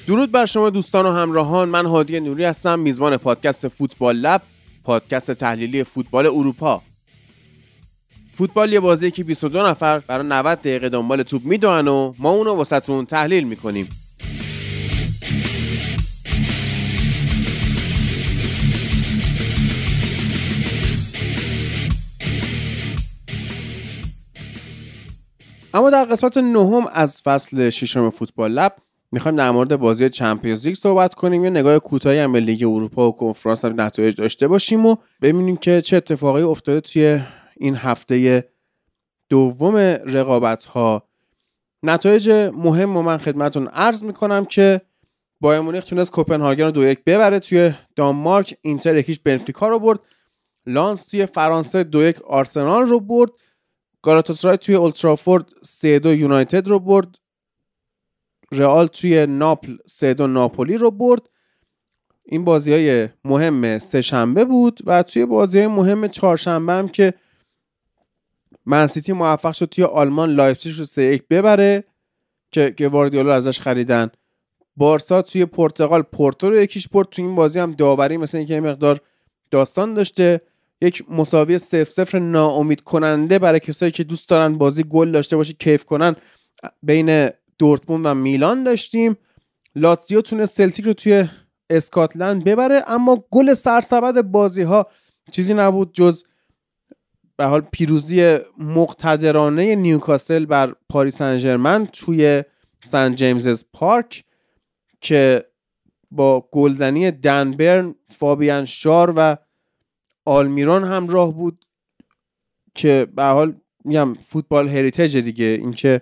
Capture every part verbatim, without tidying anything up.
درود بر شما دوستان و همراهان، من هادی نوری هستم، میزبان پادکست فوتبال لب، پادکست تحلیلی فوتبال اروپا. فوتبال یه بازیه که بیست و دو نفر برای نود دقیقه دنبال توپ میدوئن و ما اونو واسهتون تحلیل میکنیم. اما در قسمت نهم از فصل ششم فوتبال لب میخوایم در مورد بازی چمپیونز لیگ صحبت کنیم، یه نگاه کوتاهی هم به لیگ اروپا و کنفرانس و نتایج داشته باشیم و ببینیم که چه اتفاقی افتاده توی این هفته دوم رقابت‌ها. نتایج مهم رو من خدمتتون عرض میکنم که بایر مونیخ تونست کوپنهاگن رو دو یک ببره توی دانمارک، اینتر یکیش بنفیکا رو برد، لانس توی فرانسه دو یک آرسنال رو برد، گالاتاسرای توی اولترافورد سه دو یونایتد رو برد، رئال توی ناپل سه دو ناپولی رو برد. این بازی‌های مهم سه شنبه بود و توی بازی‌های مهم چهارشنبه هم که منسیتی موفق شد توی آلمان لایپزیگ رو سه یک ببره که گواردیولا ازش خریدن. بارسا توی پرتغال پورتو رو یکیش برد. توی این بازی هم داوری مثلا اینکه مقدار داستان داشته، یک مساوی صفر صفر ناامید کننده برای کسایی که دوست دارن بازی گل داشته باشه، کیف کنن، بین دورتموند و میلان داشتیم. لاتزیو تونست سلتیک رو توی اسکاتلند ببره، اما گل سرسبد بازی ها چیزی نبود جز به حال پیروزی مقتدرانه نیوکاسل بر پاریس سن ژرمن توی سن جیمزز پارک که با گلزنی دن برن، فابیان شار و آلمیرون همراه بود که به حال میگم فوتبال هریتیج دیگه، اینکه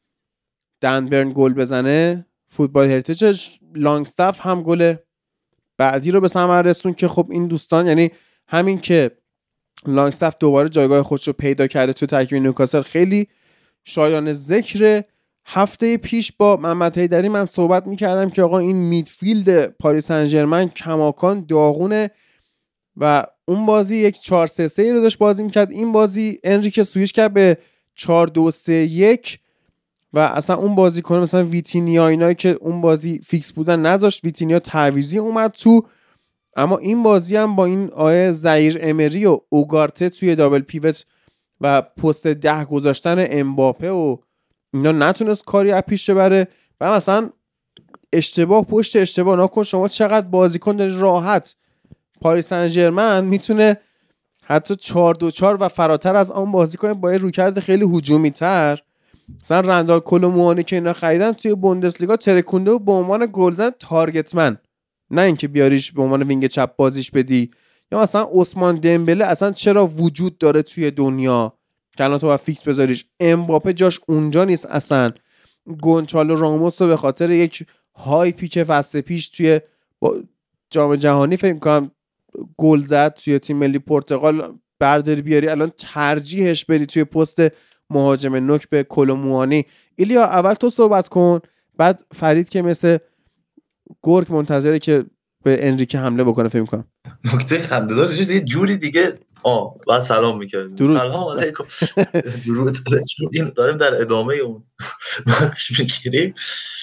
دن برن گل بزنه فوتبال هریتیج. لانگستاف هم گل بعدی رو به ثمر رسون که خب این دوستان، یعنی همین که لانگستاف دوباره جایگاه خودش رو پیدا کرده تو ترکیب نیوکاسل خیلی شایان ذکر. هفته پیش با محمد حیدری من صحبت میکردم که آقا این میدفیلد پاریس سن ژرمن کماکان داغونه و اون بازی یک چهار سه سه رو داشت بازی میکرد، این بازی انریکه سویچ کرد به چهار دو سه یک و اصلا اون بازی کنه مثلا ویتینیا اینایی که اون بازی فیکس بودن نذاشت، ویتینیا تعویضی اومد تو. اما این بازی هم با این آیه زایر امری و اوگارته توی دابل پیوت و پست ده گذاشتن امباپه و اینا نتونست کاری از پیش بره و مثلا اشتباه پشت اشتباه. نکن شما چقدر بازیکن داری راحت پاریس سن ژرمن میتونه حتی چهار دو چهار و فراتر از آن بازی کنه با یه رویکرد خیلی هجومی تر. مثلا رندال کولوموانی که اینا خریدن توی بوندسلیگا ترکونده و به عنوان گلزن تارگتمن، نه اینکه بیاریش به عنوان وینگ چپ بازیش بدی. یا مثلا عثمان دمبله اصلا چرا وجود داره توی دنیا که الان تو با فیکس بذاریش؟ امباپه جاش اونجا نیست اصلا. گونچالو راموس رو به خاطر یک هایپی که فصل پیش توی جام جهانی فکر کنم گل زد توی تیم ملی پرتغال برداری بیاری، الان ترجیحش بری توی پست مهاجم نوک به کولوموانی. ایلیا اول تو صحبت کن، بعد فرید که مثل گورک منتظره که به انریکه حمله بکنه. فکر کنم نکته خنده‌دار چیز یه جوری دیگه آه بعد سلام می‌کردیم. سلام علیکم. درود. این داریم در ادامه اون بخش می‌گیریم.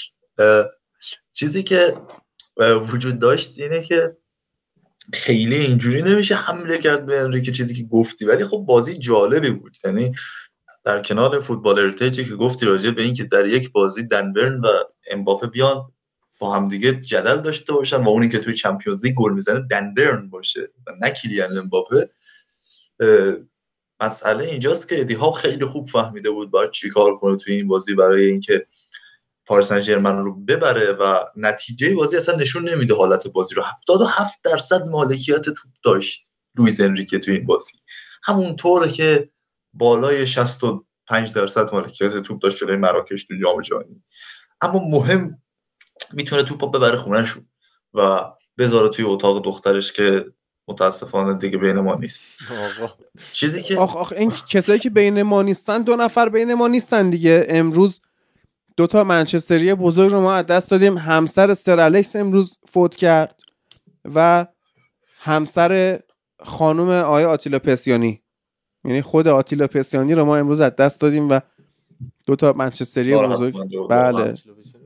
چیزی که وجود داشت اینه که خیلی اینجوری نمیشه حمله کرد به انریکه، چیزی که گفتی، ولی خب بازی جالبی بود. یعنی در کنار فوتبال هریتیجی که گفتی راجع به این که در یک بازی دن برن و امباپه بیان با هم دیگه جدل داشته باشن و اونی که توی چمپیونز لیگ گل میزنه دن برن باشه و نه کیلیان امباپه، مسئله اینجاست که ادی ها خیلی خوب فهمیده بود باید چی کار کنه توی این بازی برای اینکه پاریس سن ژرمن رو ببره و نتیجه بازی اصلا نشون نمیده حالت بازی رو. هفتاد و هفت درصد مالکیت توپ داشت لوئیس انریکه توی این بازی، همونطوره که بالای شصت و پنج درصد مالکیت توپ داشت جلوی مراکش تو جام جهانی. اما مهم میتونه توپو ببره خونه‌شون و بذاره توی اتاق دخترش که متاسفانه دیگه بین ما نیست. آقا چیزی که آخ آخ این کسایی که بین ما نیستن، دو نفر بین ما نیستن دیگه. امروز دو تا منچستری بزرگ رو ما از دست دادیم. همسر سر الکس امروز فوت کرد و همسر خانم آقای آتیلا پسیانی، یعنی خود آتیلا پسیانی رو ما امروز از دست دادیم و دو تا منچستری بزرگ. بله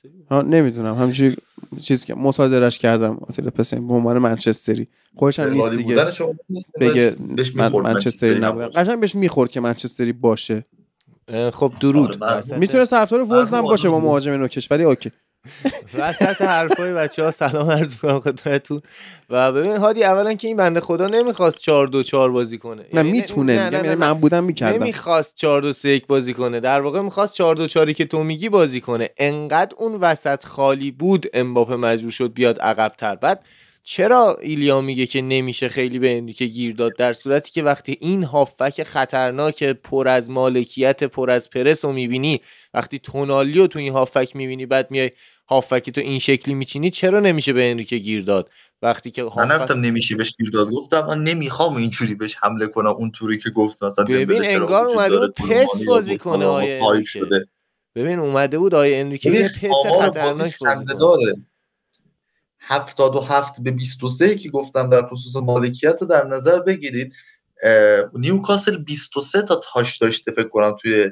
منچستری ها نمیدونم همینجوری چیز که مصادرهش کردم آتیلا پسین به عنوان منچستری خودش هم نیست دیگه بگه من منچستری نبودم قشنگ بهش میخورد که منچستری باشه. خب درود میتونه طرفدار وولز هم باشه با مهاجم نوکش ولی اوکی. وسط حرفای بچه‌ها سلام عرض می‌کنم خدمتتون. و ببین هادی اولا که این بنده خدا نمیخواست چهار دو چهار بازی کنه، نه میتونه میگم یعنی من بودم میکردم، نمیخواست چهار دو سه یک بازی کنه، در واقع میخواست چهار دو چهار که تو میگی بازی کنه. انقدر اون وسط خالی بود امباپه مجبور شد بیاد عقب‌تر. بعد چرا ایلیا میگه که نمیشه خیلی به انریکه گیر داد، در صورتی که وقتی این هافک خطرناک پر از مالکیت پر از پرس رو میبینی، وقتی تونالیو تو این هافک میبینی بعد میای هافکی تو این شکلی میچینی، چرا نمیشه به انریکه گیر داد؟ وقتی که من نفتم نمیشه بهش گیر داد، گفتم من نمیخوام اینجوری بهش حمله کنم اونطوری که گفت مثلا ببین انگار اومده بود پس بازی کنه آیه انریکه. ببین اومده بود آیه انریکه یه پس خطرناک بازی کنه. هفتاد و هفت به بیست و سه که گفتم در خصوص مالکیت رو در نظر بگیرید. نیوکاسل بیست و سه تا تاش داشته فکر کنم توی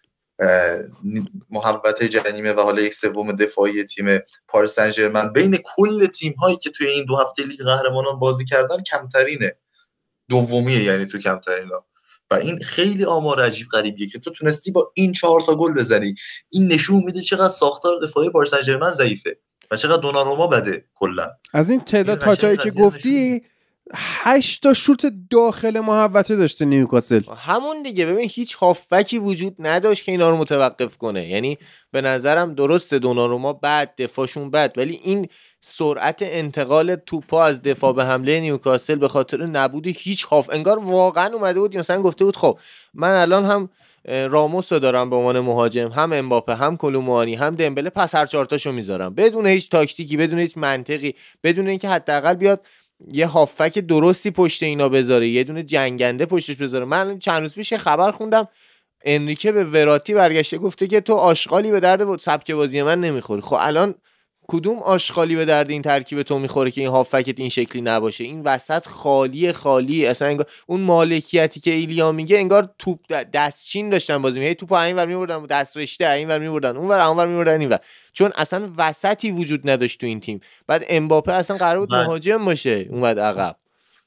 محوطه جریمه و حالا یک سوم دفاعی تیم پاریس سن ژرمن بین کل تیم هایی که توی این دو هفته لیگ قهرمانان بازی کردن کمترینه، دومیه یعنی تو کمترینا. و این خیلی آمار عجیب غریبیه که تو تونستی با این چهار تا گل بزنی. این نشون میده چقدر ساختار دفاعی پاریس سن ژرمن ضعیفه و چقدر دوناروما بده. کلا از این تعداد تاچایی که گفتی هشت تا شوت داخل محوطه داشته نیوکاسل. همون دیگه. ببین هیچ هافکی وجود نداشت که اینا رو متوقف کنه. یعنی به نظرم درسته دوناروما بد، دفاعشون بد، ولی این سرعت انتقال توپا از دفاع به حمله نیوکاسل به خاطر نبود هیچ هاف، انگار واقعا اومده بود مثلا گفته بود خب من الان هم راموس رو دارم به عنوان مهاجم، هم امباپه، هم کلوموانی، هم دمبله، پس هر چهار تاشو میذارم بدون هیچ تاکتیکی، بدون هیچ منطقی، بدون اینکه حداقل بیاد یه هافک درستی پشت اینا بذاره، یه دونه جنگنده پشتش بذاره. من چند روز پیش خبر خوندم انریکه به وراتی برگشته گفته که تو آشغالی به درد سبک بازی من نمیخوری. خب الان کدوم آشغالی به درد این ترکیب تو میخوره که این هافکت این شکلی نباشه؟ این وسط خالی خالی اصلا انگار اون مالکیتی که ایلیا میگه انگار توپ دستچین داشتن بازی می‌کردن، توپو اینور می‌بردن دست رشته، اینور می‌بردن اونور، اونور می‌بردن اینور، چون اصلا وسطی وجود نداشت تو این تیم. بعد امباپه اصلا قرار بود مهاجم باشه اومد عقب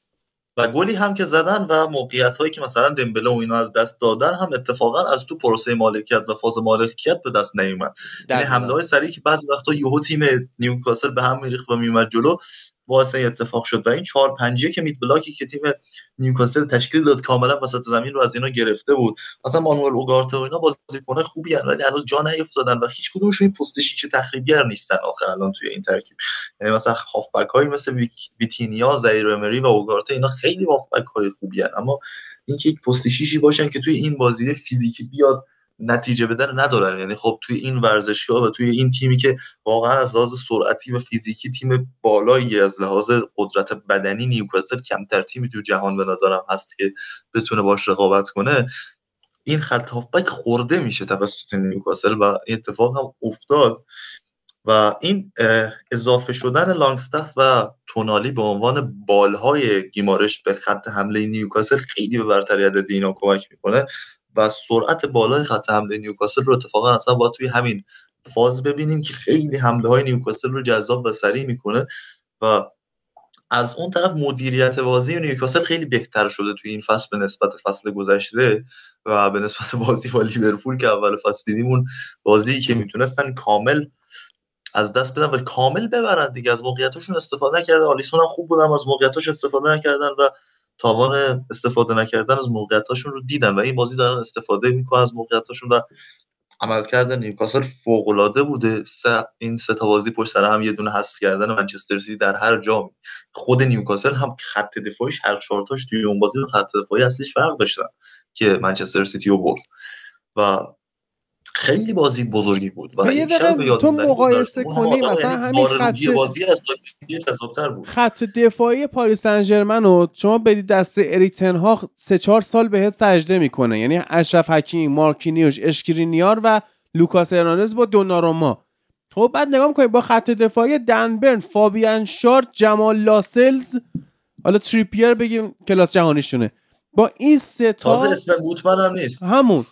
و گلی هم که زدن و موقعیت‌هایی که مثلا دمبله و اینا از دست دادن هم اتفاقا از تو پروسه مالکیت و فاز مالکیت به دست نیومد. یعنی حمله‌های سریعی که بعضی وقتا یهو تیم نیوکاسل به هم میریخت و میومد جلو واسه این اتفاق شد. و این چهار پنج که میت بلاکی که تیم نیوکاسل تشکیل داد کاملا وسط زمین رو از اینا گرفته بود. مثلا مانوئل اوگارته و اینا بازیکن خوبی ان ولی هنوز جا نیافتادن و هیچ کدومشون این پست شیش تخریبگر نیستن آخر الان توی این ترکیب. یعنی مثلا هافبک‌هایی مثل ویتینیا، زایر امری و اوگارته اینا خیلی هافبک‌های خوبی ان، اما اینکه یک پست شیشی باشن که توی این بازی فیزیکی بیاد نتیجه بدن ندارن. یعنی خب توی این ورزشگاه و توی این تیمی که واقعا از لحاظ سرعتی و فیزیکی تیم بالایی از لحاظ قدرت بدنی نیوکاسل کمتر تیمی تو جهان به نظرم هست که بتونه باش رقابت کنه، این خط هافبک خورده میشه توسط نیوکاسل و این اتفاق هم افتاد. و این اضافه شدن لانگستاف و تونالی به عنوان بالهای گیمارش به خط حمله نیوکاسل خیلی به برتری عددی اینا کمک میکنه و سرعت بالای خط حمله نیوکاسل رو اتفاقا اصلا باید توی همین فاز ببینیم که خیلی حمله های نیوکاسل رو جذاب و سریع میکنه. و از اون طرف مدیریت بازی نیوکاسل خیلی بهتر شده توی این فصل به نسبت فصل گذشته و به نسبت بازی با لیورپول که اول فصل دیدیم، اون بازی که میتونستن کامل از دست بدن و کامل ببرن دیگه، از موقعیتاشون استفاده نکردن. آلیسون هم خوب بودن، از موقعیتاش استفاده نکردن و تاوان استفاده نکردن از موقعیتاشون رو دیدن و این بازی دارن استفاده میکنن از موقعیتاشون و عملکرد نیوکاسل فوق‌العاده بوده. سه این سه تا بازی پشت سر هم یه دونه حذف کردن منچستر سیتی در هر جام. خود نیوکاسل هم خط دفاعیش هر چهار تاش توی اون بازی خط دفاعی اصلیش فرق داشتن که منچستر سیتی رو برد و خیلی بازی بزرگی بود. و یه دقیقه تو مقایسه کنی مثلا همین خط بازی از تاکتیکی جذاب‌تر بود. خط دفاعی پاریس سن ژرمن رو شما بدید دست اریک تن هاگ سه چهار سال بهت سجده میکنه، یعنی اشرف حکیمی، مارکینیوش، اشکرینیار و لوکاس هرناندز با دوناروما. خب بعد نگاه میکنید با خط دفاعی دنبرن، فابیان شارت، جمال لاسلز، حالا تریپیر بگیم کلاس جهانیشونه، با این سه تا تازه اسم گوتمن هم نیست همون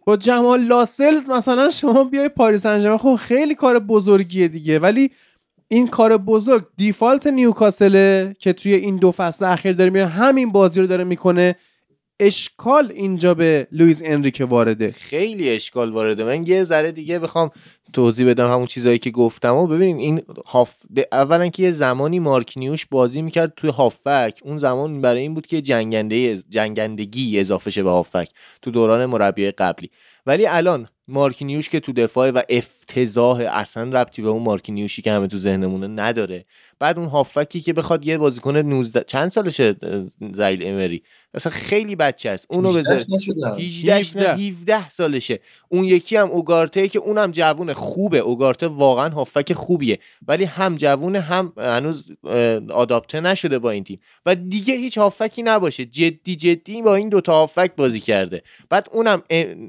با جمال لاسلز مثلا شما بیای پاریس سن ژرمن، خب خیلی کار بزرگیه دیگه، ولی این کار بزرگ دیفالت نیوکاسله که توی این دو فصل اخیر داره میره همین بازی رو داره میکنه. اشکال اینجا به لوئیس انریکه وارده، خیلی اشکال وارده. من یه ذره دیگه بخوام توضیح بدم همون چیزایی که گفتم و ببینیم این هاف، اولا که یه زمانی مارکینیوش بازی میکرد توی هافک، اون زمان برای این بود که جنگنده جنگندگی اضافه شه به هافک تو دوران مربی قبلی، ولی الان مارکینیوش که تو دفاع و افتضاح، اصلا ربطی به اون مارکینیوشی که همه تو ذهنمونه نداره. بعد اون هافکی که بخواد یه بازیکن نوزده چند سالشه زایل امری، اصلا خیلی بچه است، اونو بذار هجده نه هفده سالشه. اون یکی هم اوگارته که اونم جوونه خوبه، اوگارته واقعا هافک خوبیه، ولی هم جوونه هم هنوز آداپته نشده با این تیم و دیگه هیچ هافکی نباشه. جدی جدی با این دوتا هافک بازی کرده. بعد اونم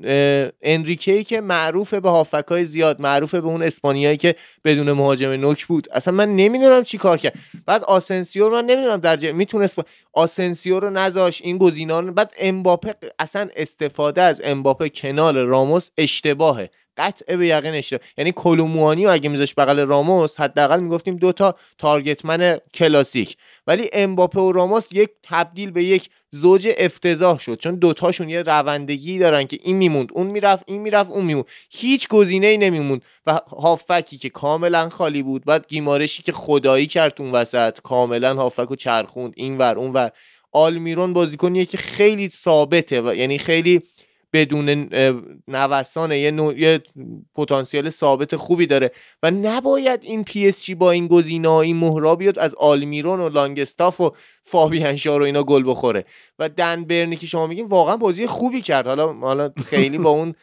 انریکه که معروفه به هافکای زیاد، معروفه به اون اسپانیایی که بدون مهاجم نوک بود، اصلا من نمیدونم چی کار کرد. بعد آسنسیو من نمیدونم در جای میتونست با... آسنسیو رو نذاش، این گزینان. بعد امباپه، اصلا استفاده از امباپه کنار راموس اشتباهه، قطع به یقین اشتباه. یعنی کولوموانی رو اگه میذاش بغل راموس حداقل میگفتیم دو تا تارگتمن کلاسیک، ولی امباپه و راموس یک تبدیل به یک زوج افتضاح شد، چون دوتاشون یه روندگی دارن که این میموند اون میرفت، این میرفت اون میموند، هیچ گزینه‌ای نمیموند. و هافکی که کاملا خالی بود، بعد گیمارشی که خدایی کرد اون وسط، کاملا هافکو چرخوند اینور اونور. آلمیرون بازیکنیه که خیلی ثابته و یعنی خیلی بدون نوسان، یه نوع یه پتانسیل ثابت خوبی داره و نباید این پی اس جی با این گزینه‌ها این مهرا بیاد از آلمیرون و لانگستاف و فابیان شار و اینا گل بخوره. و دن برنی که شما میگین واقعا بازی خوبی کرد، حالا حالا خیلی با اون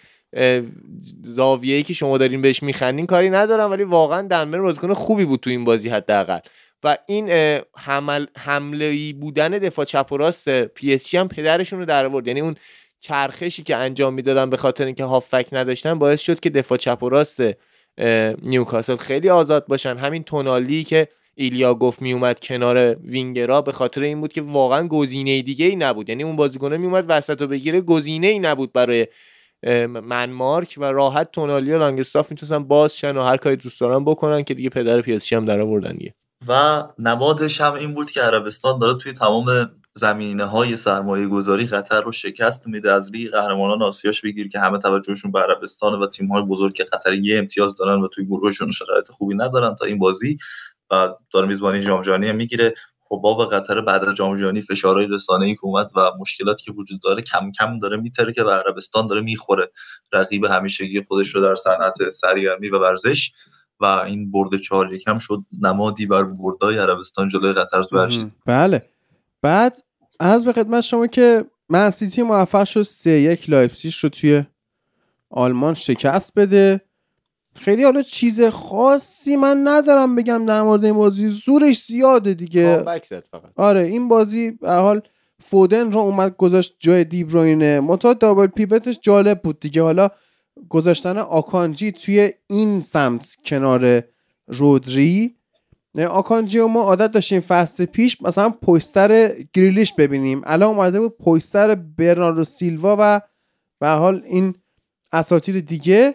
زاویه‌ای که شما دارین بهش میخندین کاری ندارم، ولی واقعا دن برن بازیکن خوبی بود تو این بازی حداقل. و این حمل حمله‌ای بودن دفاع چپ و راست پی اس جی هم پدرشون رو در آورد. یعنی اون چرخشی که انجام میدادن به خاطر اینکه هافک نداشتن باعث شد که دفاع چپ و راست نیوکاسل خیلی آزاد باشن. همین تونالی که ایلیا گفت میومد کنار وینگرها به خاطر این بود که واقعا گزینه دیگه ای نبود. یعنی اون بازیکن میومد وسطو بگیره، گزینه ای نبود برای من مارک و راحت تونالی و لانگستاف میتونن بازشن و هر کاری دوست دارن بکنن که دیگه پدر پی اس جی هم در آوردن دیگه. و نمادش هم این بود که عربستان داره توی تمام زمینه‌های سرمایه گذاری قطر رو شکست میده. از لیگ قهرمانان آسیاش بگیر که همه توجهشون به عربستان و تیم‌های بزرگ که قطری یه امتیاز دارن و توی گروهشون شرایط خوبی ندارن تا این بازی و داره میزبانی جام جهانی هم میگیره. حباب قطر بعد از جام جهانی فشارهای رسانه‌ای که اومد و مشکلاتی که وجود داره کم کم داره میتره که به عربستان داره میخوره، رقیب همیشگی خودش رو در صنعت سرگرمی و ورزش. و این برد چهار یکم شد نمادی بر بردای عربستان جلوی قطر تو هر چیز. بله. بعد عرض به خدمت شما که من سیتی موفق شد سه یک لایپزیگ رو توی آلمان شکست بده. خیلی حالا چیز خاصی من ندارم بگم در مورد این بازی، زورش زیاده دیگه. فقط. آره این بازی به حال فودن رو اومد گذاشت جای دی بروینه، متو دابل پیوتش جالب بود دیگه. حالا گذاشتن آکانجی توی این سمت کنار رودری، نه آکانجی و ما عادت داشتیم فصل پیش مثلا پشتر گریلیش ببینیم، الان اومده بود پشتر برناردو سیلوا و به حال این اساطیر دیگه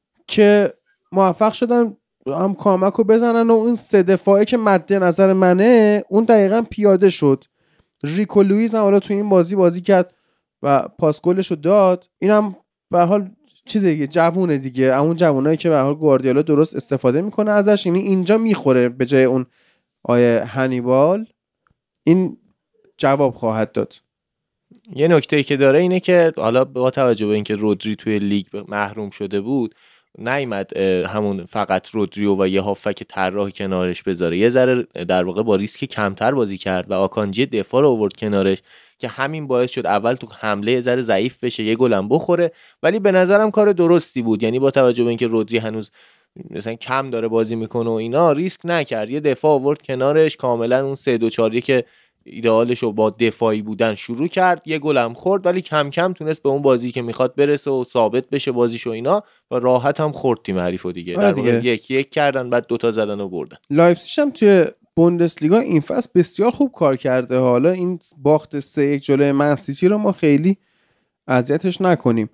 که موفق شدن هم کامک رو بزنن و اون سه دفاعه که مد نظر منه اون دقیقا پیاده شد. ریکو لوئیز هم حالا توی این بازی بازی کرد و پاس گلش رو داد. اینم به حال چیز دیگه، جوونه دیگه، همون جوونایی که به حال گواردیولا درست استفاده میکنه ازش. یعنی اینجا میخوره به جای اون آیه هانیبال، این جواب خواهد داد. یه نکته‌ای که داره اینه که حالا با توجه به اینکه رودری توی لیگ محروم شده بود، نیامد همون فقط رودریو و یه هافک طراح کنارش بذاره، یه ذره در واقع با ریسک کمتر بازی کرد و آکانجی دفاع رو آورد کنارش که همین باعث شد اول تو حمله یه ذره ضعیف بشه، یه گلم بخوره. ولی به نظرم کار درستی بود، یعنی با توجه به اینکه رودری هنوز مثلا کم داره بازی میکنه و اینا ریسک نکرد، یه دفاع آورد کنارش، کاملا اون سه دو چهار که ایدئالشو با دفاعی بودن شروع کرد، یه گلم خورد ولی کم کم تونست به اون بازی که میخواد برسه و ثابت بشه بازیشو اینا و راحت هم خورد تیم حریفو دیگه. در واقع یک یک کردن بعد دوتا زدن و بردن. لایپزیگ هم توی بوندسلیگا این فصل بسیار خوب کار کرده. حالا این باخت سه یک جلوی من سیتی رو ما خیلی اذیتش نکنیم.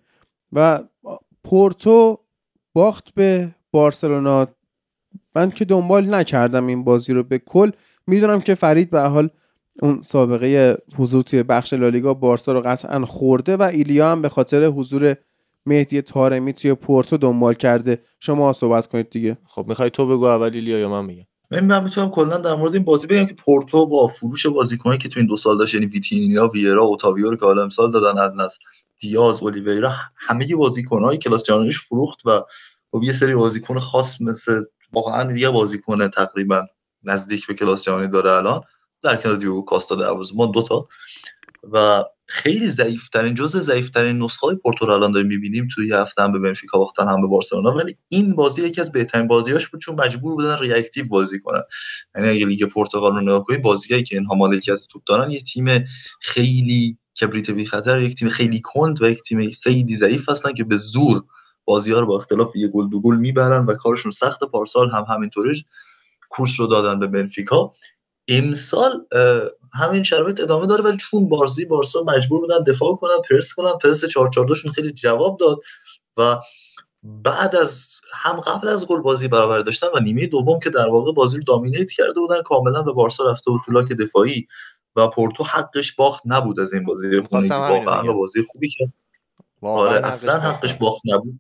و پورتو باخت به بارسلونا. من که دنبال نکردم این بازی رو به کل، میدونم که فرید به حال اون سابقه حضور توی بخش لالیگا بارسا رو قطعا خورده و ایلیا هم به خاطر حضور مهدی طارمی توی پورتو دنبال کرده. شما صحبت کنید دیگه. خب میخوای تو بگو اول ایلیا یا من میگم؟ من من میتونم کلا در مورد این بازی بگم که پورتو با فروش بازیکنایی که تو این دو سال داشت، یعنی ویتینیا، ویرا، اوتاویو رو که حالا امسال دادن، ادنس، دیاز، اولیویرا، همه بازیکن‌های کلاس جهانیش فروخت و خب یه سری بازیکن خاص مثل واقعا یه بازیکن تقریبا نزدیک به کلاس جهانی داره الان در کنار دیوگو کاستا دروازه‌بان دو تا، و خیلی ضعیف‌ترین جزء ضعیف‌ترین نسخه‌های پورتو رو الان داریم می‌بینیم. توی یه هفته هم به بنفیکا باختن هم به بارسلونا، ولی این بازی یکی از بهترین بازی‌هاش بود چون مجبور بودن ریاکتیو بازی کنن. یعنی اگه لیگ پرتغال رو نگاه کنید، بازیایی که اینها مالکیت توپ دارن، یه تیم خیلی کبریت بی خطر، یک تیم خیلی کند و یک تیم خیلی ضعیف هستن که به زور بازی‌ها رو با اختلاف یه گل دو گل میبرن و کارشون سخت. پارسال هم همینطوری کورس رو دادن به بنفیکا. امسال همین شرایط ادامه داره، ولی چون بارزی بارسا مجبور بودن دفاع کنن، پرس کنن، پرس چهار چهار دو شون خیلی جواب داد و بعد از هم قبل از گل بازی برابر داشتن و نیمه دوم که در واقع بازی رو دامینیت کرده بودن کاملا به بارسا رفته بود تو لاک دفاعی و پورتو حقش باخت نبود از این بازی خونگی. واقعا بازی خوبی کرد. آره اصلا حقش باخت نبود،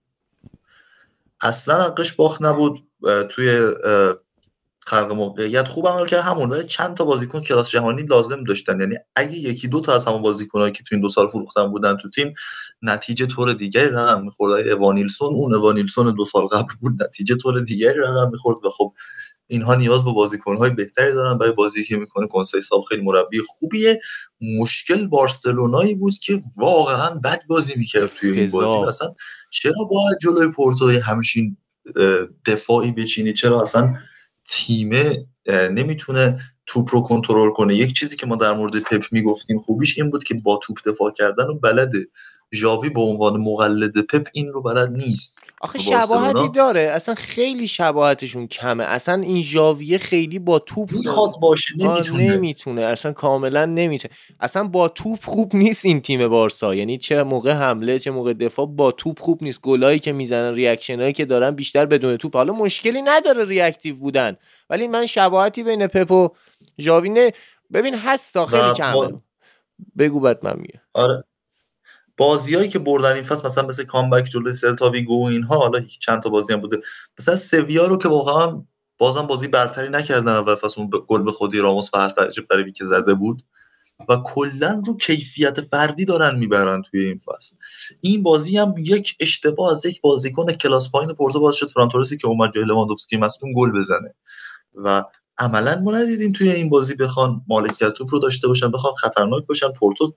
اصلا حقش باخت نبود. توی خلق موقعیت خوب عمل کرد همون، ولی چند تا بازیکن کلاس جهانی لازم داشتن. یعنی اگه یکی دو تا از همون بازیکنایی که تو این دو سال فروختن بودن تو تیم، نتیجه طور دیگری رقم می‌خورد. اوانیلسون اون اوانیلسون دو سال قبل بود، نتیجه طور دیگری رقم می‌خورد و خب اینها نیاز به بازیکن‌های بهتری دارن برای بازی که می‌کنه. کنسیساو خیلی مربی خوبیه. مشکل بارسلونایی بود که واقعا بد بازی می‌کرد توی این بازی. اصلا چرا باید جلوی پورتو همچین دفاعی بچینی؟ چرا اصلا تیم نمیتونه توپ رو کنترل کنه؟ یک چیزی که ما در مورد پپ میگفتیم خوبیش این بود که با توپ دفاع کردن رو بلده. ژاوی به عنوان مقلد پپ این رو بلد نیست. آخه شباهتی داره، اصلا خیلی شباهتشون کمه. اصلا این ژاویه خیلی با توپ میخواد باشه نمیتونه. نمیتونه اصلا کاملا نمیتونه. اصلا با توپ خوب نیست این تیم بارسا، یعنی چه موقع حمله چه موقع دفاع با توپ خوب نیست. گلایی که میزنن، ریاکشنایی که دارن بیشتر بدون توپ. حالا مشکلی نداره ریاکتیو بودن، ولی من شباهتی بین پپ و ژاوی نه ببین هست خیلی کمه. باز... بگو بعد من میگم. آره بازیایی که بردن این فصل مثلا مثل کامبک جلوی سلتا ویگو و اینها، حالا چند تا بازی هم بوده، مثلا سویا رو که واقعا بازم بازی برتری نکردن اول فصل، اون گل به خودی راموس و حرف عجیب غریبی که زده بود و کلا رو کیفیت فردی دارن میبرن توی این فصل. این بازی هم یک اشتباه از یک بازیکن کلاس پایین پورتو باعث شد فران تورسی که اومد جای لواندوفسکی مصدوم گل بزنه و عملا ما ندیدیم توی این بازی بخوان مالکیت توپ رو داشته باشن، بخوان خطرناک باشن. پورتو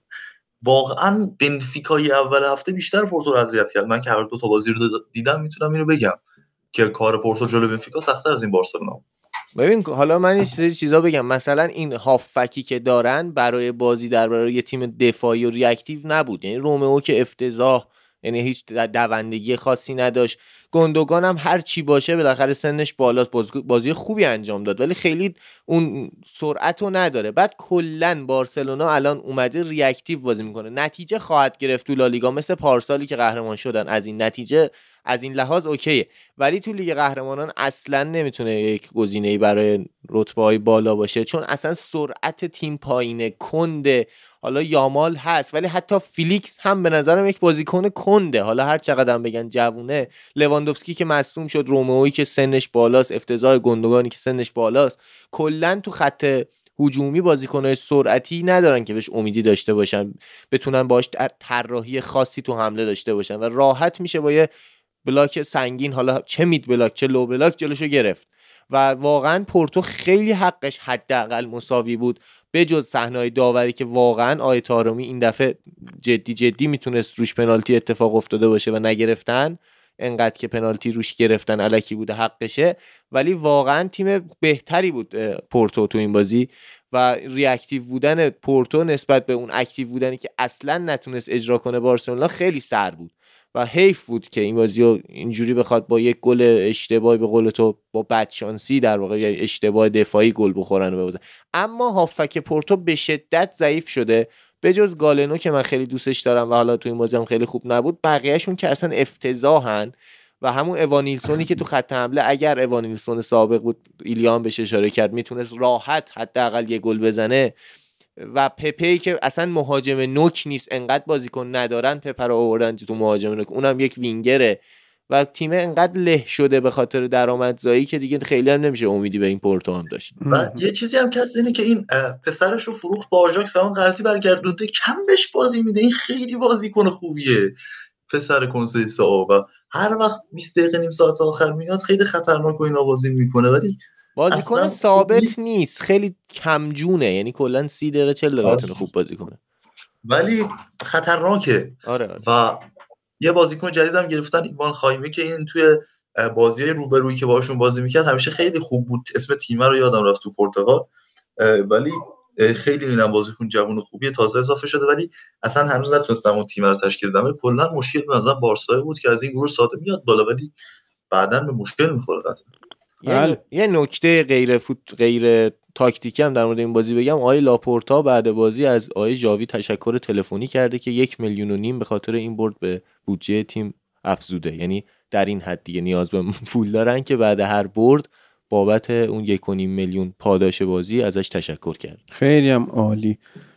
واقعا بنفیکای اول هفته بیشتر پورتو رو اذیت کرد. من که هر دو تا بازی رو دیدم میتونم اینو بگم که کار پورتو جلوی بنفیکا سخت‌تر از این بارسلونا. ببین حالا من یه سری چیزا بگم، مثلا این هافکی که دارن برای بازی در برای یه تیم دفاعی و ریاکتیو نبود. یعنی رومئو که افتضاح، یعنی هیچ دوندگی خاصی نداشت. گوندوگان هم هر چی باشه بالاخره سنش بالاست، بازی خوبی انجام داد ولی خیلی اون سرعتو نداره. بعد کلا بارسلونا الان اومده ریاکتیو بازی میکنه، نتیجه خواهد گرفت تو لالیگا مثل پارسالی که قهرمان شدن. از این نتیجه از این لحاظ اوکیه، ولی تو لیگ قهرمانان اصلا نمیتونه یک گزینه‌ای برای رتبه‌های بالا باشه، چون اصلا سرعت تیم پایینه، کنده. حالا یامال هست ولی حتی فیلیکس هم به نظرم یک بازیکن کنده. حالا هر چقدر هم بگن جوونه، لواندوفسکی که مصدوم شد، رومئویی که سنش بالاست، افتضاح گوندوگانی که سنش بالاست، کلا تو خط هجومی بازیکن‌های سرعتی ندارن که بهش امیدی داشته باشن، بتونن باهاش طراحی خاصی تو حمله داشته باشن و راحت میشه با یه بلاک سنگین، حالا چه مید بلاک چه لو بلاک، جلوشو گرفت. و واقعا پورتو خیلی حقش حداقل مساوی بود، به جز صحنه‌های داوری که واقعا آیه طارمی این دفعه جدی جدی میتونست روش پنالتی اتفاق افتاده باشه و نگرفتن. انقدر که پنالتی روش گرفتن الکی بوده حقشه، ولی واقعا تیم بهتری بود پورتو تو این بازی و ریاکتیو بودن پورتو نسبت به اون اکتیو بودنی که اصلا نتونست اجرا کنه بارسلونا خیلی سر بود و حیف بود که این بازی رو اینجوری بخواد با یک گل اشتباهی به قول تو با بدشانسی در واقع یا اشتباه دفاعی گل بخورن و ببازن. اما هافک پورتو به شدت ضعیف شده. به جز گالنو که من خیلی دوستش دارم و حالا تو این بازی هم خیلی خوب نبود، بقیهشون که اصلا افتضاحن. و همون اوانیلسونی که تو خط حمله، اگر اوانیلسون سابق بود، ایلیان بهش اشاره کرد، میتونست راحت حداقل یه گل بزنه. و پپی که اصلا مهاجم نوک نیست، انقدر بازیکن ندارن پپ رو آوردن تو مهاجم نوک، اونم یک وینگره و تیم انقدر له شده به خاطر درآمدزایی که دیگه خیلی هم نمیشه امیدی به این پورتو هم داشت. و یه چیزی هم که هست اینه که این پسرش رو فروخت با آژاکس، هم قرضی برگردونده، کم بهش بازی میده. این خیلی بازیکن خوبیه پسر کنسیسا و هر وقت بیست دقیقه نیم ساعت آخر میاد خیلی خطرناک و اینا بازی میکنه، ولی بازیکن ثابت نیست، خیلی کمجونه، یعنی کلا سی دقیقه چهل دقیقه میتونه خوب بازی کنه ولی خطرناکه. آره آره. و یه بازیکن جدیدم گرفتن، ایوان خایمی، که این توی بازی‌های روبرویی که باشون بازی میکرد همیشه خیلی خوب بود، اسم تیم رو یادم رفت تو پرتغال، ولی خیلی اینم بازیکن جوون خوبیه، تازه اضافه شده، ولی اصلا هنوز نتونستم اون تیم رو تشکیل بدم. کلا مشکل به نظر بارسا بود که از این گروه ساده میاد بالا، ولی بعداً به مشکل میخوره قطعا. یه, یه نکته غیر فوت غیر تاکتیکی هم در مورد این بازی بگم. آقای لاپورتا بعد بازی از آقای ژاوی تشکر تلفنی کرده که یک میلیون و نیم به خاطر این برد به بودجه تیم افزوده، یعنی در این حد دیگه نیاز به پول دارن که بعد هر برد بابت اون یک و نیم میلیون پاداش بازی ازش تشکر کرد. خیلی هم عالی.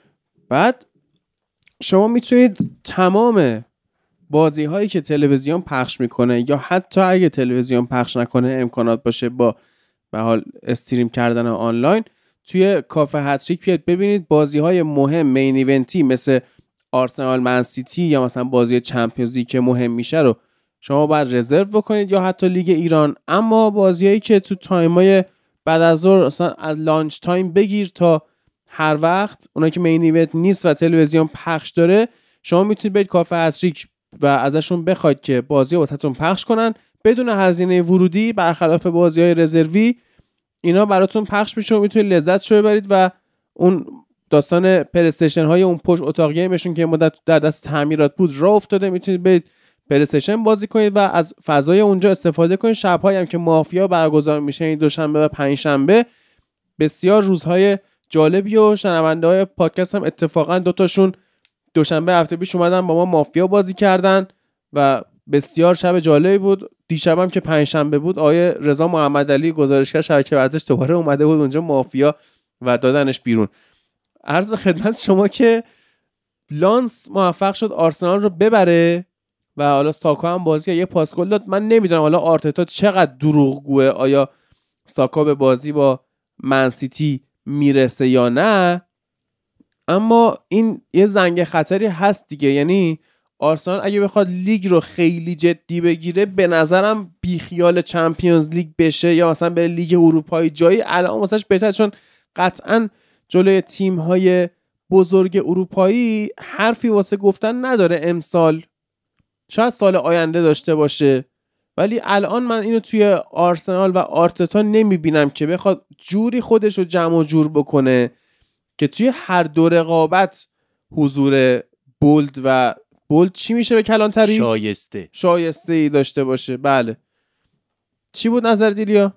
بعد شما میتونید تمام بازی هایی که تلویزیون پخش میکنه یا حتی اگه تلویزیون پخش نکنه امکانات باشه با به حال استریم کردن آنلاین، توی کافه هتریک بیاد ببینید بازی های مهم مین ایونتی مثل آرسنال من سیتی یا مثلا بازی چمپیونز لیگ که مهم میشه رو شما باید رزرو بکنید یا حتی لیگ ایران. اما بازیایی که تو تایمای بعد از ظهر اصلا از لانچ تایم بگیر تا هر وقت اونایی که مین ایونت نیست و تلویزیون پخش داره، شما میتونید برید کافه هتریک و ازشون بخواید که بازی واسهتون پخش کنن بدون هزینه ورودی، برخلاف بازی‌های رزروی اینا براتون پخش میشه و میتونید لذت شو ببرید. و اون داستان پلی استیشن های اون پشت اتاق گیمشون که مدت در دست تعمیرات بود راه افتاده، میتونید برید پلی استیشن بازی کنید و از فضای اونجا استفاده کنید. شب‌هایی هم که مافیا برگزار میشه این دوشنبه و پنجشنبه بسیار روزهای جالبی و شنونده‌های پادکست هم اتفاقا دوتاشون دوشنبه هفته پیش اومدن با ما مافیا بازی کردن و بسیار شب جالبی بود. دیشبم که پنجشنبه بود آیه رضا محمدعلی گزارشگر شبکه ورزش دوباره اومده بود اونجا مافیا و دادنش بیرون. عرض به خدمت شما که لانس موفق شد آرسنال رو ببره و حالا ساکا هم بازی یه پاس گل داد. من نمیدونم حالا آرتتا چقدر دروغگوه، آیا ساکا به بازی با من سیتی میرسه یا نه، اما این یه زنگ خطری هست دیگه. یعنی آرسنال اگه بخواد لیگ رو خیلی جدی بگیره به نظرم بیخیال چمپیونز لیگ بشه یا مثلا به لیگ اروپایی جایی الان واسش بهتره، چون قطعاً جلوی تیم‌های بزرگ اروپایی حرفی واسه گفتن نداره امسال، شاید سال آینده داشته باشه، ولی الان من اینو توی آرسنال و آرتتا نمیبینم که بخواد جوری خودش رو جمع و جور بکنه که توی هر دو رقابت حضور بولد و بولد چی میشه به کلانتری؟ شایسته شایسته ای داشته باشه. بله چی بود نظر دیلیا؟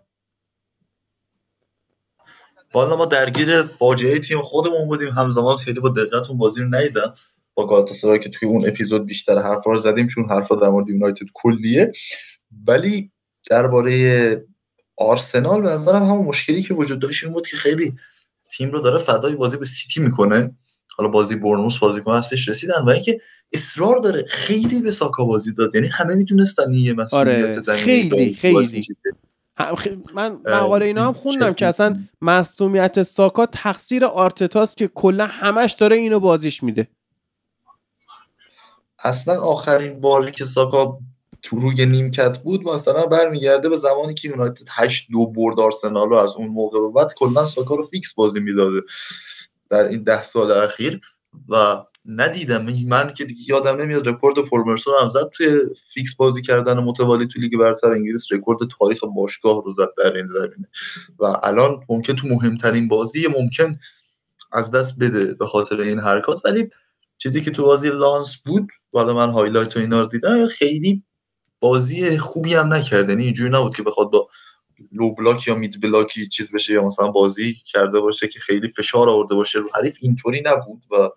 والا ما درگیر فاجعه تیم خودمون بودیم، همزمان خیلی با دقت اون بازی رو ندیدم با گالاتاسرای که توی اون اپیزود بیشتر حرفا رو زدیم چون حرفا در مورد یونایتد کلیه، ولی درباره آرسنال به نظرم همون مشکلی که وجود داشت این بود که خیلی تیم رو داره فدای بازی به سیتی میکنه. حالا بازی برنموث بازیکن هستش رسیدن و اینکه اصرار داره خیلی به ساکا بازی داد، یعنی همه میدونستن یه مسئولیت آره زمینی خیلی خیلی من مقاله اینا هم خوندم که اصلا مصدومیت ساکا تقصیر آرتتاست که کلا همش داره اینو بازیش میده. اصلا آخرین باری که ساکا تو روی نیمکت بود مثلا برمیگرده به زمانی که یونایتد هشت دو برد آرسنال رو، از اون موقع به بعد کلا ساکا رو فیکس بازی میداده در این ده سال اخیر و ندیدم. من که دیگه یادم نمیاد رکورد پولمرسون هم زد توی فیکس بازی کردن متوالی تو لیگ برتر انگلیس، رکورد تاریخ باشگاه رو زد در این زمینه و الان ممکن تو مهمترین بازی ممکن از دست بده به خاطر این حرکات. ولی چیزی که تو بازی لانس بود، والا من هایلایت و اینا رو دیدم، خیلی بازی خوبی هم نکرد، یعنی اینجوری نبود که بخواد با لو بلاک یا مید بلاکی چیز بشه یا مثلا بازی کرده باشه که خیلی فشار آورده باشه رو حریف، اینطوری نبود و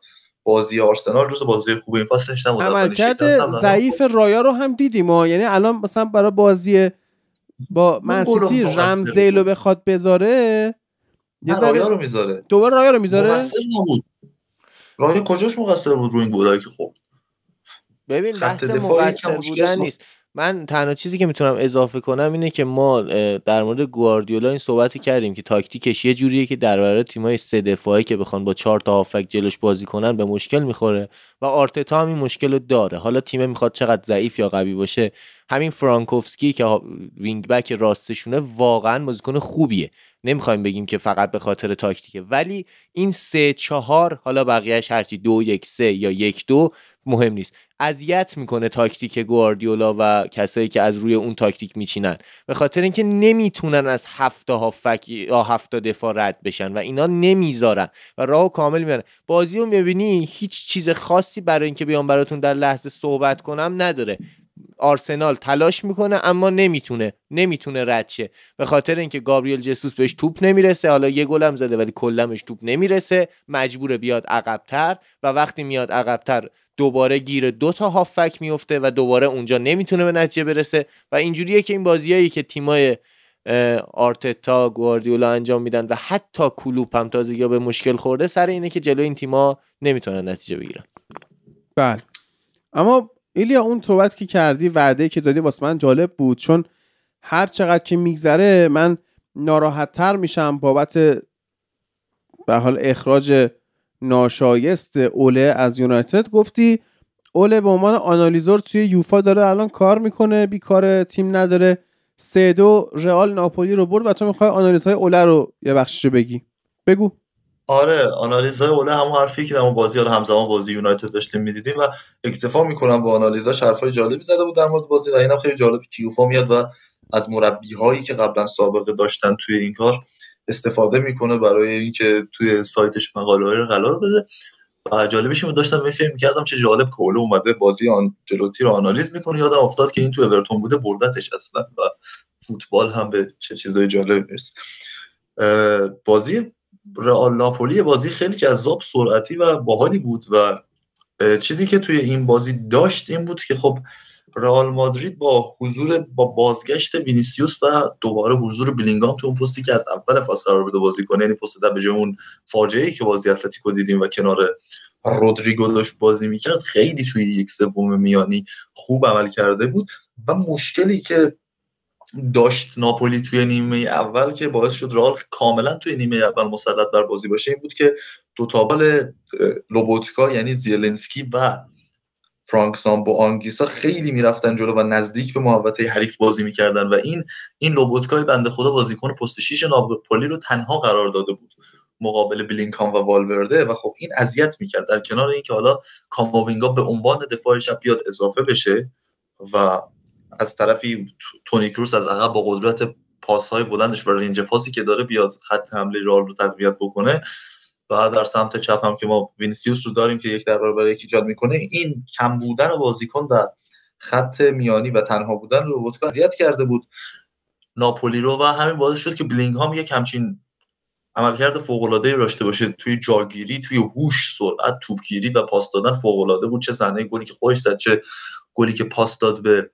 بازی آرسنال جز بازی خوب این فصلش نبود. عملکرد ضعیف رایا رو هم دیدیم ها، یعنی الان مثلا برای بازی با منسیتی رمزدیل رو بخواد بذاره نه رایا رو میذاره، دوباره رایا رو میذاره. مقصر نبود رایا، کجاش مقصر بود رو این گلایی که خب ببین بحث مقصر بودن نیست. من تنها چیزی که میتونم اضافه کنم اینه که ما در مورد گواردیولا این صحبتی کردیم که تاکتیکش یه جوریه که در برابر تیمای سه دفاعی که بخوان با چهار تا هافک جلوش بازی کنن به مشکل میخوره و آرتتا هم این مشکل رو داره. حالا تیم میخواد چقدر ضعیف یا قوی باشه، همین فرانکوفسکی که وینگ بک راستشونه واقعا بازیکن خوبیه، نمیخوایم بگیم که فقط به خاطر تاکتیکه، ولی این سه چهار حالا بقیهش هرچی دو یک سه یا یک دو مهم نیست، اذیت میکنه تاکتیک گواردیولا و کسایی که از روی اون تاکتیک میچینن، به خاطر اینکه نمیتونن از هفت هافک یا هفت دفاع رد بشن و اینا نمیذارن و راهو کامل میبرن. بازی رو میبینی هیچ چیز خاصی برای اینکه بیان براتون در لحظه صحبت کنم نداره. آرسنال تلاش میکنه اما نمیتونه نمیتونه رد شه، به خاطر اینکه گابریل جسوس بهش توپ نمیرسه، حالا یه گلم زده ولی کلا بهش توپ نمیرسه، مجبوره بیاد عقب‌تر و وقتی میاد عقب‌تر دوباره گیر دو تا هافک میفته و دوباره اونجا نمیتونه به نتیجه برسه و اینجوریه که این بازیایی که تیمای آرتتا گواردیولا انجام میدن و حتی کلوپ هم تازگی به مشکل خورده سر اینه که جلوی این تیما نمیتونن نتیجه بگیرن. بله اما ایلیا اون صحبت که کردی، وعده که دادی واسه من جالب بود، چون هر چقدر که میگذره من ناراحت تر میشم بابت به حال اخراج ناشایست اوله از یونایتد. گفتی اوله به عنوان آنالیزور توی یوفا داره الان کار میکنه، بیکار تیم نداره، سه دو رئال ناپولی رو برد و تو میخوای آنالیزهای اوله رو یه بخششو بگی. بگو. آره آنالیزهای اوله همون حرفی که در بازی حالا همزمان بازی یونایتد داشتیم میدیدیم و اکتفا میکنم با آنالیزاش، حرفای جالبی زده بود در مورد بازی و اینم خیلی جالب که یوفا میاد و از مربی‌هایی که قبلا سابقه داشتن توی این کار استفاده میکنه برای اینکه توی سایتش مقاله‌ای رو قرار بده و جالبش این داشتم من فکر می‌کردم چه جالب که اوله اومده بازی آن جلوتی رو آنالیز میکنه، یادم افتاد که این تو اورتون بوده بردتش اصلا و فوتبال هم به چه چیزای جالبی میرسه. بازی رئال ناپولی بازی خیلی جذاب، سرعتی و باحالی بود و چیزی که توی این بازی داشت این بود که خب رئال مادرید با حضور با بازگشت وینیسیوس و دوباره حضور بلینگهام تو اون پستی که از اول فصل قرار بود بازی کنه، یعنی پست ده به جای اون فاجعه‌ای که بازی اتلتیکو دیدیم و کنار رودریگو داشت بازی میکرد، خیلی توی یک سوم میانی خوب عمل کرده بود و مشکلی که داشت ناپولی توی نیمه اول که باعث شد رئال کاملا توی نیمه اول مسلط بر بازی باشه این بود که دو تابل لوبوتکا یعنی زیلنسکی و فرانک سامبو آنگیسا خیلی میرفتن جلو و نزدیک به محوطه حریف بازی میکردن و این این لوبوتکای بنده خدا بازیکن پست شیش ناپولی رو تنها قرار داده بود مقابل بلینکام و والورده و خب این اذیت میکرد، در کنار اینکه حالا کاماوینگا به عنوان دفاع چپ بیاد اضافه بشه و از طرفی تونی کروس از عقب با قدرت پاس‌های بلندش و رنج پاسی که داره بیاد خط حمله رئال رو تقویت بکنه و در سمت چپ هم که ما وینیسیوس رو داریم که یک در برابر یک ایجاد میکنه. این کم بودن بازیکن در خط میانی و تنها بودن لوبوتکا اذیت کرده بود ناپولی رو و همین باعث شد که بلینگهام یک همچین عملکرد فوق‌العاده‌ای داشته باشه توی جاگیری، توی هوش، سرعت، توپگیری و پاس دادن فوق‌العاده بود. چه صحنه گلی که خودش زد، چه گلی که پاس داد به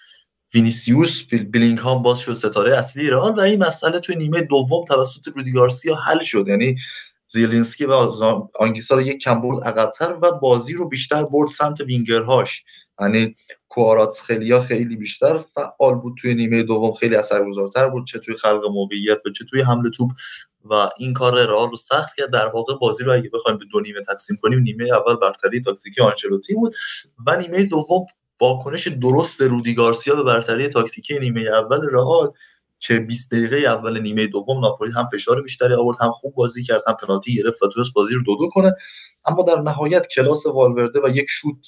وینیسیوس. بلینگهام باز شد ستاره اصلی رئال و این مسئله توی نیمه دوم توسط رودی گارسیا حل شد، یعنی زیلینسکی و آنگیسا رو یک کم برد عقب‌تر و بازی رو بیشتر برد سمت وینگرهاش، یعنی کواراتسخلیا خیلی بیشتر فعال بود توی نیمه دوم، خیلی اثرگذارتر بود چه توی خلق موقعیت و چه توی حمله توپ و این کار رئال رو سخت کرد. در واقع بازی رو اگه بخوایم به دو نیمه تقسیم کنیم، نیمه اول برتری تاکتیکی آنچلوتی بود و نیمه دوم واکنش درست رودی گارسیا به برتری تاکتیکی نیمه اول رئال که بیست دقیقه اول نیمه دوم ناپولی هم فشار بیشتری آورد، هم خوب بازی کرد، هم پنالتی گرفت و تونست بازی رو دو دو کنه، اما در نهایت کلاس والورده و یک شوت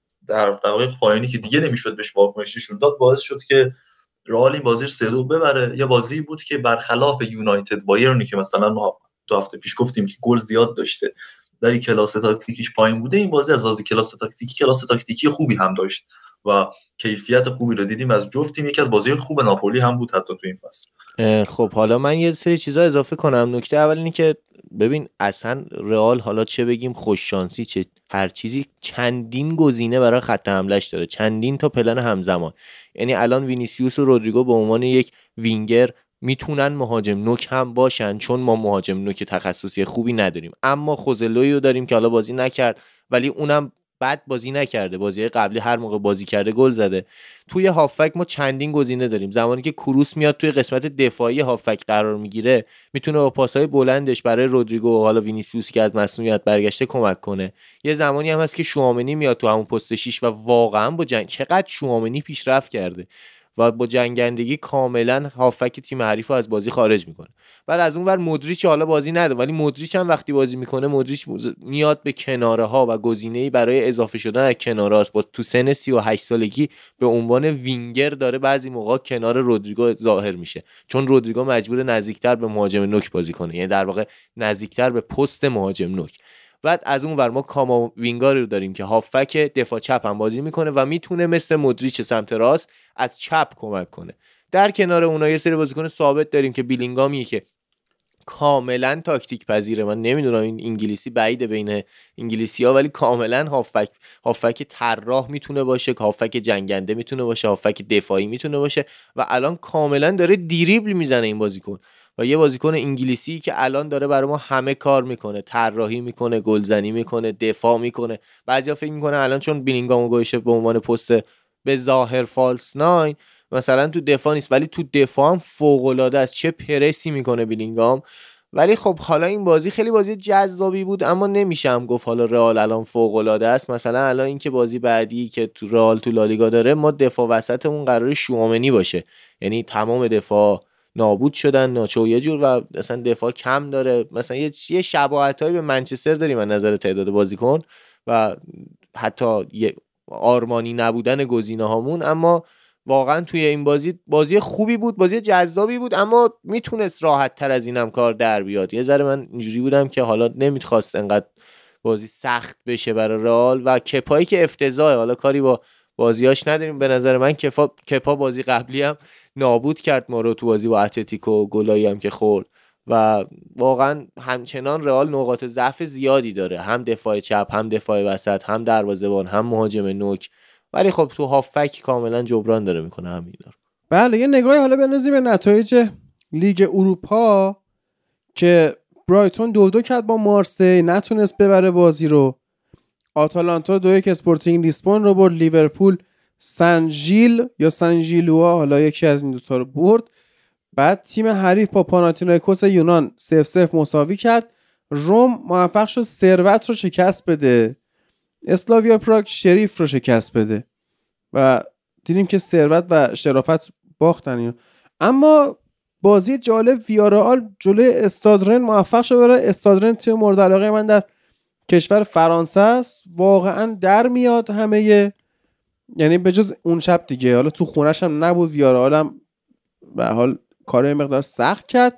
در دقایق پایانی که دیگه نمیشد بهش واکنش نشون داد باعث شد که رئال این بازی رو سه دو ببره. یه بازی بود که برخلاف یونایتد بایرنی که مثلا ما دو هفته پیش گفتیم که گل زیاد داشته در این کلاس تاکتیکیش پایین بوده، این بازی از لحاظ کلاس تاکتیکی کلاس تاکتیکی خوبی هم داشت و کیفیت خوبی رو دیدیم از جفت تیم. یکی از بازی خوب ناپولی هم بود حتی تو این فصل. خب حالا من یه سری چیزا اضافه کنم. نکته اول اینه که ببین اصلا رئال حالا چه بگیم خوش شانسی چه هر چیزی چندین گزینه برای خط حملهش داره، چندین تا پلن همزمان. یعنی الان وینیسیوس و رودریگو به عنوان یک وینگر میتونن مهاجم نوک هم باشن، چون ما مهاجم نوک تخصصی خوبی نداریم. اما خوزلوی رو داریم که حالا بازی نکرد ولی اونم بد بازی نکرده، بازی قبلی هر موقع بازی کرده گل زده. توی هافک ما چندین گزینه داریم. زمانی که کروس میاد توی قسمت دفاعی هافک قرار میگیره میتونه با پاسهای بلندش برای رودریگو و حالا وینیسیوس که از مسئولیت برگشته کمک کنه. یه زمانی هم هست که شوامنی میاد تو همون پست شیش و واقعا با جنگ چقدر شوامنی پیشرفت کرده و با جنگندگی کاملا هافک تیم حریف رو از بازی خارج میکنه. بعد از اون ور مودریچ حالا بازی نده ولی مودریچ هم وقتی بازی میکنه مودریچ میاد به کناره ها و گزینه‌ای برای اضافه شدن از کناره است. با تو سن سی و هشت سالگی به عنوان وینگر داره بعضی موقع کنار رودریگو ظاهر میشه، چون رودریگو مجبور نزدیکتر به مهاجم نوک بازی کنه، یعنی در واقع نزدیکتر به پست مهاجم نوک. بعد از اون ور ما کاما وینگاری رو داریم که هافک دفاع چپ هم بازی میکنه و میتونه مثل مودریچ سمت راست از چپ کمک کنه. در کنار اونها یه سری بازیکن ثابت داریم که بیلینگامیه که کاملا تاکتیک پذیره. من نمیدونم این انگلیسی بعیده بین انگلیسی ها ولی کاملا هافک هافک طراح میتونه باشه، هافک جنگنده میتونه باشه، هافک دفاعی میتونه باشه و الان کاملا داره دریبل میزنه این بازیکن. و یه بازیکن انگلیسی که الان داره برای ما همه کار میکنه، طراحی میکنه، گلزنی میکنه، دفاع میکنه. بعضیا فکر میکنه الان چون بیلینگامو گوشه به عنوان پست به ظاهر فالس ناین مثلا تو دفاع نیست ولی تو دفاع هم فوق العاده است، چه پرسی میکنه بیلینگام. ولی خب حالا این بازی خیلی بازی جذابی بود اما نمیشه هم گفت حالا رئال الان فوق العاده است. مثلا الان این که بازی بعدی که تو رئال تو لالیگا داره ما دفاع وسطمون قراره شوامنی باشه، یعنی تمام دفاع نابود شدن ناچو یه جور و مثلا دفاع کم داره. مثلا یه یه شباهتایی به منچستر داریم از نظر تعداد بازیکن و حتی یه آرمانی نبودن گزینه‌هامون. اما واقعا توی این بازی بازی خوبی بود، بازی جذابی بود اما میتونست راحت تر از اینم کار در بیاد. یه ذره من اینجوری بودم که حالا نمیخواست انقدر بازی سخت بشه برای رئال و کپایی که افتضاحه. حالا کاری با بازیاش نداریم، به نظر من کپا کپا بازی قبلی هم نابود کرد ما رو تو بازی با اتلتیکو، گلایی هم که خورد و واقعا همچنان رئال نقاط ضعف زیادی داره، هم دفاع چپ، هم دفاع وسط، هم دروازه‌بان، هم مهاجم نوک. ولی خب تو هافک کاملا جبران داره میکنه همینا رو. بله یه نگاهی حالا بندازیم به نتایج لیگ اروپا که برایتون دو دو کرد با مارسی، نتونست ببره بازی رو. آتالانتا دو یک اسپورتینگ لیسبون رو برد. لیورپول سنژیل یا سنژیلوا حالا یکی از این دو تا رو برد. بعد تیم حریف با پاناتینایکوس یونان صفر صفر مساوی کرد. روم موفق شد ثروت رو شکست بده. اسلاویا پراگ شریف رو شکست بده و دیدیم که ثروت و شرافت باختن. اما بازی جالب ویارئال جلوی استاد رن موفق شد بره. استاد رن تیم مورد علاقه من در کشور فرانسه است، واقعا در میاد همه، یعنی به جز اون شب دیگه حالا تو خونش هم نبود. ویارئال هم به حال کار مقدار سخت کرد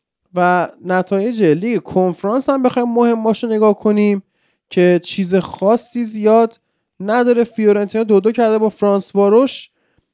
و نتایج لیگ کنفرانس هم بخوایم مهم باشه نگاه کنیم که چیز خاصی زیاد نداره. فیورنتینا دو دو کرده با فرانس واروش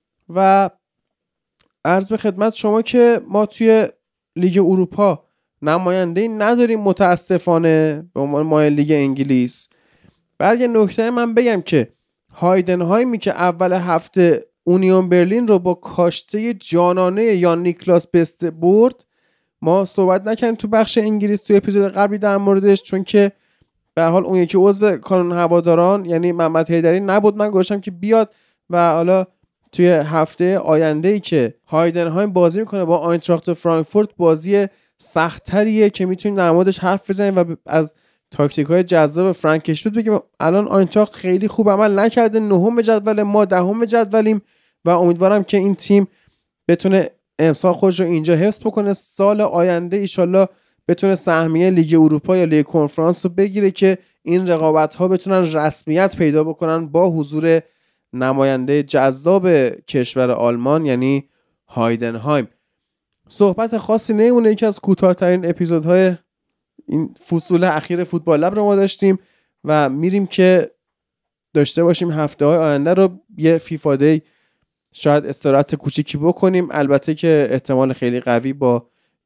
و عرض به خدمت شما که ما توی لیگ اروپا نماینده نداریم متاسفانه به عنوان مایل لیگ انگلیس. بعد یه نکته من بگم که هایدنهایمی که اول هفته اونیون برلین رو با کاشته جانانه یان نیکلاس بست برد، ما صحبت نکنیم تو بخش انگلیس توی اپیزود قبلی در موردش، چون که به حال اون یکی عضو کانون هواداران یعنی محمد حیدری نبود. من گفتم که بیاد و حالا توی هفته آینده‌ای که هایدنهایم بازی میکنه با آینتراخت فرانکفورت بازی سخت‌تریه که میتونیم در موردش حرف بزنیم و از تاکتیک‌های جذاب فرانک اشپیت بگیم. الان آینتراخت خیلی خوب عمل نکرده، نهم جدول، ما دهم جدولیم و امیدوارم که این تیم بتونه امسال خودش رو اینجا حفظ بکنه، سال آینده ایشالله بتونه سهمیه لیگ اروپا یا لیگ کنفرانس رو بگیره که این رقابت‌ها بتونن رسمیت پیدا بکنن با حضور نماینده جذاب کشور آلمان یعنی هایدنهایم. صحبت خاصی نمیمونه، یکی از کوتاه‌ترین اپیزودهای این فصول اخیر فوتبال لب رو ما داشتیم و میریم که داشته باشیم هفته های آینده رو یه فیفا دی شاید استراحت کوچیکی بکنیم، البته که احتمال خیلی قوی با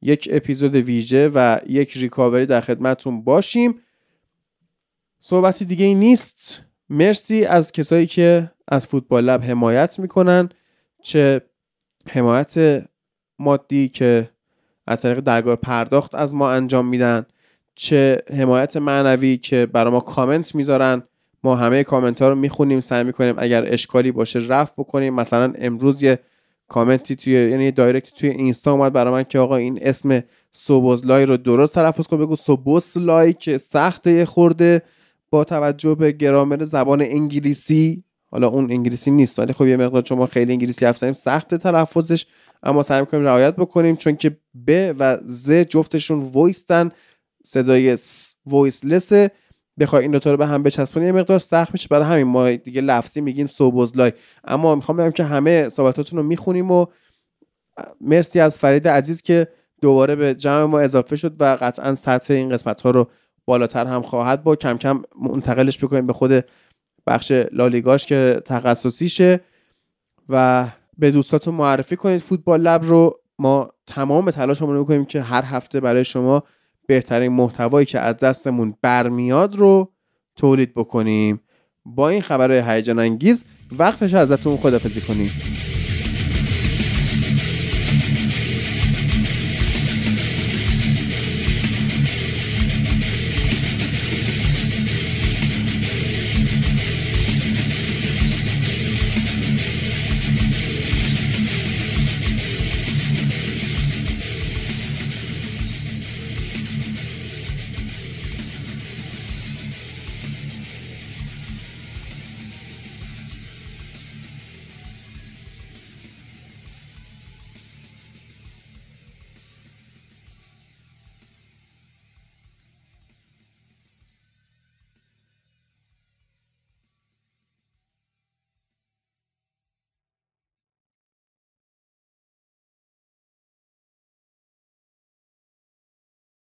یک اپیزود ویژه و یک ریکاوری در خدمتتون باشیم. صحبتی دیگه ای نیست. مرسی از کسایی که از فوتبال لب حمایت میکنن، چه حمایت مادی که از طریق درگاه پرداخت از ما انجام میدن، چه حمایت معنوی که برای ما کامنت میذارن. ما همه کامنت ها رو میخونیم، سعی میکنیم اگر اشکالی باشه رفع بکنیم. مثلا امروز یه کامنتی توی یعنی دایرکت توی اینستا اومد برای من که آقا این اسم سوبوزلای رو درست تلفظ کن، بگو سوبوسلای که سخته خورده با توجه به گرامر زبان انگلیسی. حالا اون انگلیسی نیست ولی خب یه مقدار چون ما خیلی انگلیسی حرف زدیم سخت تلفظش، اما سعی می‌کنیم رعایت بکنیم چون که ب و ز جفتشون وایستن، صدای س وایسلسه. بخوای این دو تا رو به هم بچسبونی یه مقدار سخت میشه، برای همین ما دیگه لفظی میگیم سوبوزلای. اما میخوام بگم که همه صحبتاتون رو میخونیم و مرسی از فرید عزیز که دوباره به جمع ما اضافه شد و قطعا سطح این قسمت ها رو بالاتر هم خواهد با. کم کم منتقلش بکنیم به خود بخش لالیگاش که تخصصیشه و به دوستاتون معرفی کنید فوتبال لب رو. ما تمام تلاشمون رو میکنیم که هر هفته برای شما بهترین محتوایی که از دستمون برمیاد رو تولید بکنیم. با این خبرهای هیجان انگیز وقت بشه ازتون خداحافظی کنیم.